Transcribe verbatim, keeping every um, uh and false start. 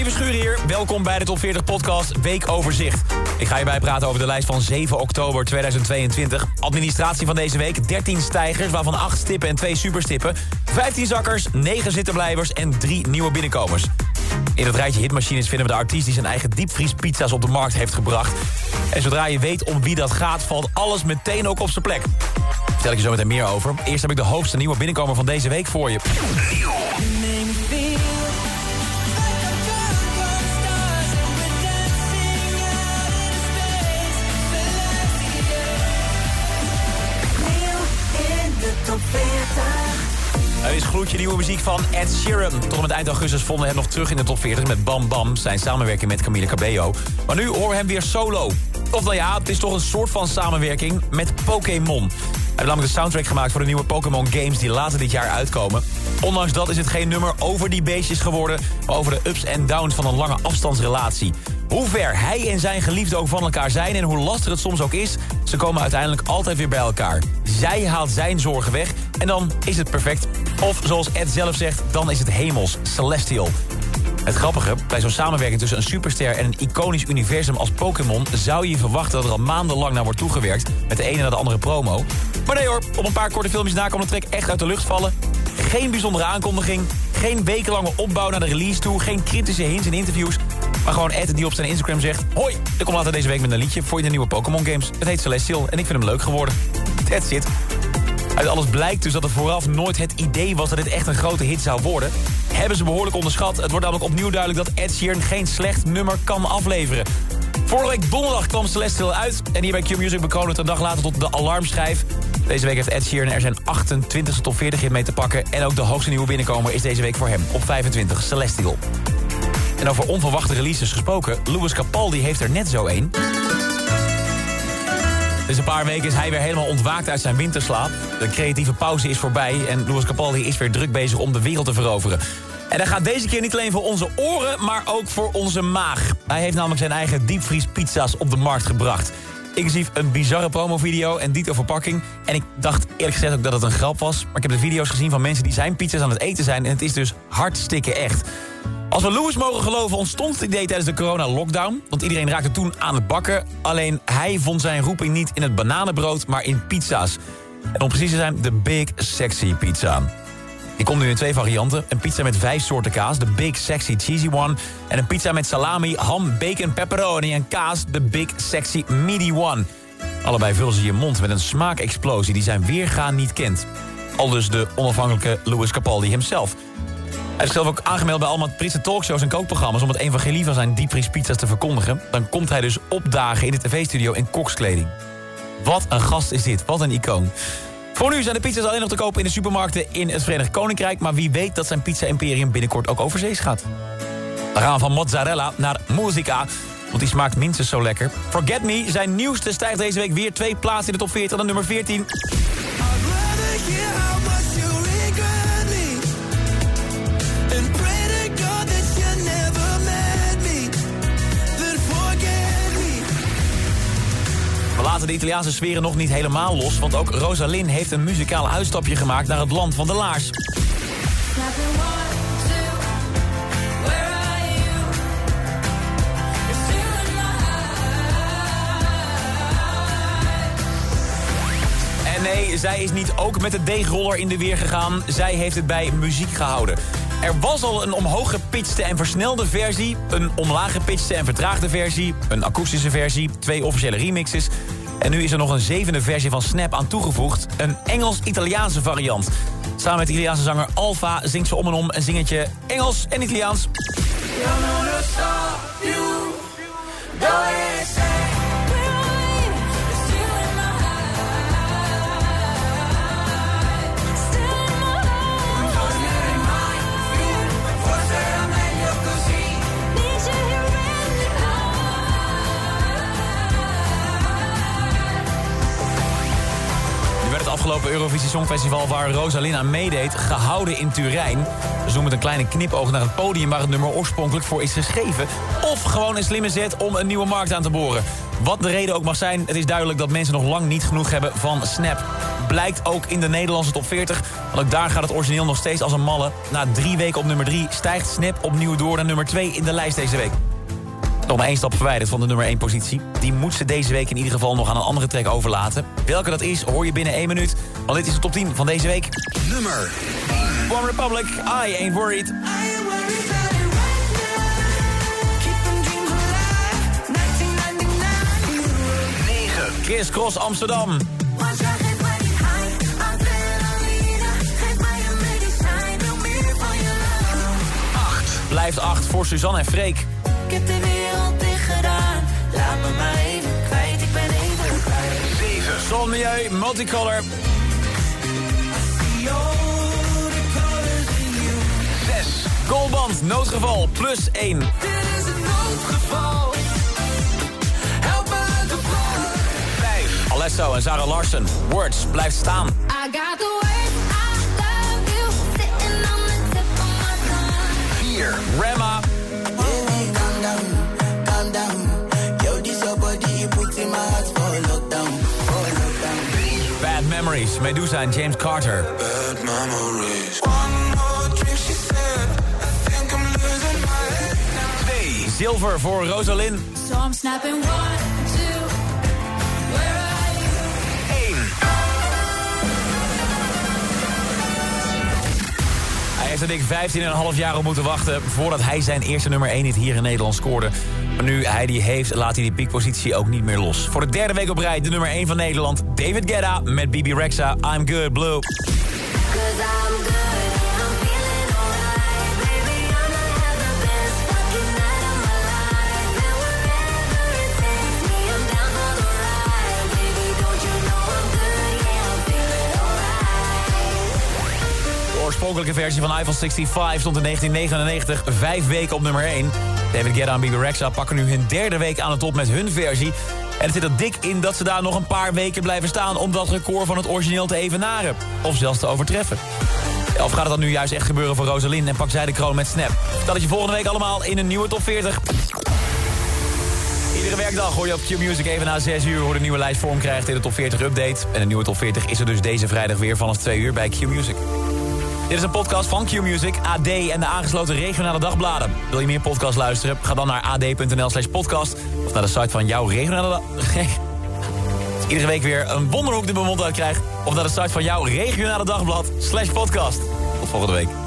Olivier Verschuren hier. Welkom bij de Top veertig podcast Weekoverzicht. Ik ga je bijpraten over de lijst van zeven oktober tweeduizend tweeëntwintig. Administratie van deze week, dertien stijgers, waarvan acht stippen en twee superstippen. vijftien zakkers, negen zittenblijvers en drie nieuwe binnenkomers. In het rijtje hitmachines vinden we de artiest die zijn eigen diepvriespizza's op de markt heeft gebracht. En zodra je weet om wie dat gaat, valt alles meteen ook op zijn plek. Daar vertel ik je zo meteen meer over. Eerst heb ik de hoogste nieuwe binnenkomer van deze week voor je. Er is gloedje nieuwe muziek van Ed Sheeran. Tot en met eind augustus vonden we hem nog terug in de top veertig met Bam Bam, zijn samenwerking met Camila Cabello. Maar nu horen we hem weer solo. Of nou ja, het is toch een soort van samenwerking met Pokémon. Hij heeft namelijk de soundtrack gemaakt voor de nieuwe Pokémon games die later dit jaar uitkomen. Ondanks dat is het geen nummer over die beestjes geworden, maar over de ups en downs van een lange afstandsrelatie. Hoe ver hij en zijn geliefde ook van elkaar zijn en hoe lastig het soms ook is, ze komen uiteindelijk altijd weer bij elkaar. Zij haalt zijn zorgen weg en dan is het perfect. Of zoals Ed zelf zegt, dan is het hemels, celestial. Het grappige, bij zo'n samenwerking tussen een superster en een iconisch universum als Pokémon zou je verwachten dat er al maandenlang naar wordt toegewerkt met de ene naar de andere promo. Maar nee hoor, op een paar korte filmpjes na kwam de track echt uit de lucht vallen. Geen bijzondere aankondiging, geen wekenlange opbouw naar de release toe, geen kritische hints in interviews. Maar gewoon Ed die op zijn Instagram zegt: hoi, ik kom later deze week met een liedje voor je de nieuwe Pokémon games. Het heet Celestial en ik vind hem leuk geworden. That's it. Uit alles blijkt dus dat er vooraf nooit het idee was dat dit echt een grote hit zou worden. Hebben ze behoorlijk onderschat. Het wordt namelijk opnieuw duidelijk dat Ed Sheeran geen slecht nummer kan afleveren. Vorige week donderdag kwam Celestial uit en hier bij Q-Music bekroonde het een dag later tot de alarmschijf. Deze week heeft Ed Sheeran er zijn achtentwintigste top veertig hit mee te pakken en ook de hoogste nieuwe binnenkomer is deze week voor hem op vijfentwintig, Celestial. En over onverwachte releases gesproken, Lewis Capaldi heeft er net zo één. Dus een paar weken is hij weer helemaal ontwaakt uit zijn winterslaap. De creatieve pauze is voorbij en Lewis Capaldi is weer druk bezig om de wereld te veroveren. En dat gaat deze keer niet alleen voor onze oren, maar ook voor onze maag. Hij heeft namelijk zijn eigen diepvriespizza's op de markt gebracht. Inclusief een bizarre promovideo en dito verpakking. En ik dacht eerlijk gezegd ook dat het een grap was. Maar ik heb de video's gezien van mensen die zijn pizza's aan het eten zijn en het is dus hartstikke echt. Als we Lewis mogen geloven ontstond het idee tijdens de corona-lockdown. Want iedereen raakte toen aan het bakken. Alleen hij vond zijn roeping niet in het bananenbrood, maar in pizza's. En om precies te zijn, de Big Sexy Pizza. Die komt nu in twee varianten. Een pizza met vijf soorten kaas, de Big Sexy Cheesy One. En een pizza met salami, ham, bacon, pepperoni en kaas, de Big Sexy Meaty One. Allebei vullen ze je mond met een smaakexplosie die zijn weergaan niet kent. Aldus de onafhankelijke Lewis Capaldi himself. Hij is zelf ook aangemeld bij allemaal Britse talkshows en kookprogramma's om het evangelie van zijn diepvriespizza's te verkondigen. Dan komt hij dus opdagen in de tv-studio in kokskleding. Wat een gast is dit, wat een icoon. Voor nu zijn de pizza's alleen nog te kopen in de supermarkten in het Verenigd Koninkrijk, maar wie weet dat zijn pizza-imperium binnenkort ook overzees gaat. Dan gaan we van mozzarella naar musica, want die smaakt minstens zo lekker. Forget Me, zijn nieuwste, stijgt deze week weer twee plaatsen in de top veertig, dan nummer veertien. We laten de Italiaanse sferen nog niet helemaal los, want ook Rosalind heeft een muzikaal uitstapje gemaakt naar het land van de laars. En nee, zij is niet ook met de deegroller in de weer gegaan. Zij heeft het bij muziek gehouden. Er was al een omhoog gepitchte en versnelde versie, een omlaag gepitchte en vertraagde versie, een akoestische versie, twee officiële remixes. En nu is er nog een zevende versie van Snap aan toegevoegd, een Engels-Italiaanse variant. Samen met de Italiaanse zanger Alfa zingt ze om en om een zingetje Engels en Italiaans. Afgelopen Eurovisie Songfestival waar Rosalind aan meedeed, gehouden in Turijn. Ze doen met een kleine knipoog naar het podium waar het nummer oorspronkelijk voor is geschreven. Of gewoon een slimme zet om een nieuwe markt aan te boren. Wat de reden ook mag zijn, het is duidelijk dat mensen nog lang niet genoeg hebben van Snap. blijkt ook in de Nederlandse top veertig. Want ook daar gaat het origineel nog steeds als een malle. Na drie weken op nummer drie stijgt Snap opnieuw door naar nummer twee in de lijst deze week. Nog maar één stap verwijderd van de nummer één positie. Die moet ze deze week in ieder geval nog aan een andere track overlaten. Welke dat is, hoor je binnen één minuut. Want dit is de top tien van deze week. Nummer One Republic, I Ain't Worried. negen. Criss Cross Amsterdam. acht. Blijft acht voor Suzanne en Freek. Ik heb de wereld dicht gedaan. Laat me maar even kwijt, ik ben even kwijt. zeven. Zonmilieu, Multicolor. zes. Goldband, Noodgeval, plus één. Dit is een noodgeval. Help me uit de val. vijf. Alesso en Zara Larsen, Words, blijft staan. I got the words, I love you. Sitting on the tip of my tongue. vier. Rema, Baby, calm down, calm down. Yo, this your body, you put in my heart for lockdown, for lockdown. Bad Memories, Medusa en James Carter. Bad memories. One more drink, she said. I think I'm losing my head. twee. Zilver voor Rosalind. So I'm snapping one, two. Where are you? één. Hij heeft er dik vijftien komma vijf jaar op moeten wachten voordat hij zijn eerste nummer één hit hier in Nederland scoorde. Maar nu hij die heeft, laat hij die piekpositie ook niet meer los. Voor de derde week op rij de nummer één van Nederland, David Guetta met B B Rexha, I'm Good Blue. Cause I'm good, I'm feeling alright. Baby, I'ma have the best fucking night of my life. And wherever it takes me, I'm down for the ride. Baby, don't you know I'm good, yeah, I'm feeling alright. De oorspronkelijke versie van iPhone vijfenzestig stond in negentien negenennegentig vijf weken op nummer één. David Guetta en B B Rexha pakken nu hun derde week aan de top met hun versie. En het zit er dik in dat ze daar nog een paar weken blijven staan om dat record van het origineel te evenaren. Of zelfs te overtreffen. Ja, of gaat het dan nu juist echt gebeuren voor Rosalind en pakt zij de kroon met Snap? Dat is je volgende week allemaal in een nieuwe top veertig. Iedere werkdag hoor je op Q-Music even na zes uur hoe de nieuwe lijst vorm krijgt in de top veertig update. En de nieuwe top veertig is er dus deze vrijdag weer vanaf twee uur bij Q-Music. Dit is een podcast van Q-Music, A D en de aangesloten regionale dagbladen. Wil je meer podcasts luisteren? Ga dan naar ad.nl slash podcast of naar de site van jouw regionale dag. Iedere week weer een wonderhoek die mijn mond uitkrijgt. Of naar de site van jouw regionale dagblad slash podcast. Tot volgende week.